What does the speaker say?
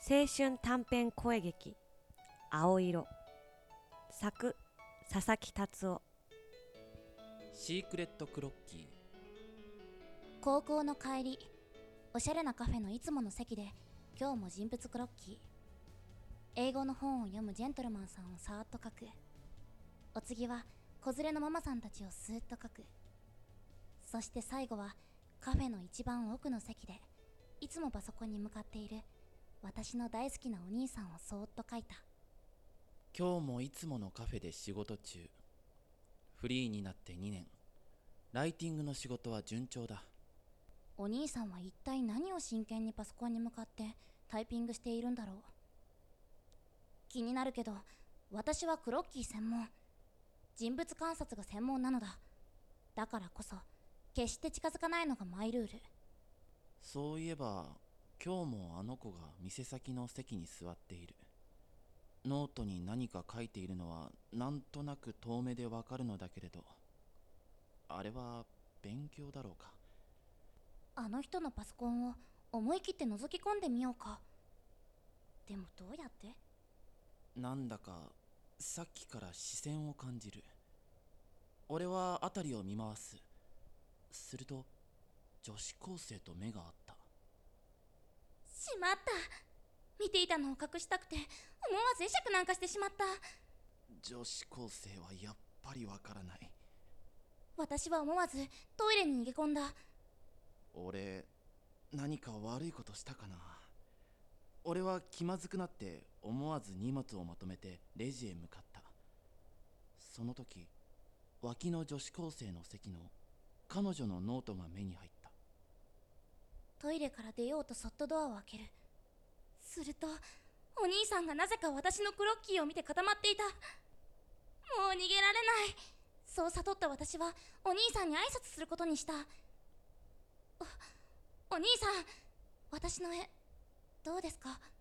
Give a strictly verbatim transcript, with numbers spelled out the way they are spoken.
青春短編声劇青色、作佐々木達夫。 シークレットクロッキー。 高校の帰り、おしゃれなカフェのいつもの席で今日も人物クロッキー。英語の本を読むジェントルマンさんをさーっと描く。お次は子連れのママさんたちをスーッと描く。そして最後はカフェの一番奥の席でいつもパソコンに向かっている私の大好きなお兄さんをそーっと描いた。 今日もいつものカフェで仕事中。フリーになってにねん。ライティングの仕事は順調だ。 お兄さんは一体何を真剣にパソコンに向かってタイピングしているんだろう。気になるけど、私はクロッキー専門、人物観察が専門なのだ。だからこそ決して近づかないのがマイルール。 そういえば今日もあの子が店先の席に座っている。ノートに何か書いているのはなんとなく遠目でわかるのだけれど、あれは勉強だろうか。 あの人のパソコンを思い切って覗き込んでみようか。でもどうやって？ なんだかさっきから視線を感じる。俺は辺りを見回す。すると女子高生と目が合った。 しまった。見ていたのを隠したくて思わず会釈なんかしてしまった。 女子高生はやっぱりわからない。 私は思わずトイレに逃げ込んだ。 俺何か悪いことしたかな。俺は気まずくなって思わず荷物をまとめてレジへ向かった。その時脇の女子高生の席の彼女のノートが目に入った。 トイレから出ようとそっとドアを開ける。するとお兄さんがなぜか私のクロッキーを見て固まっていた。もう逃げられない。そう悟った私はお兄さんに挨拶することにした。お、お兄さん、私の絵どうですか？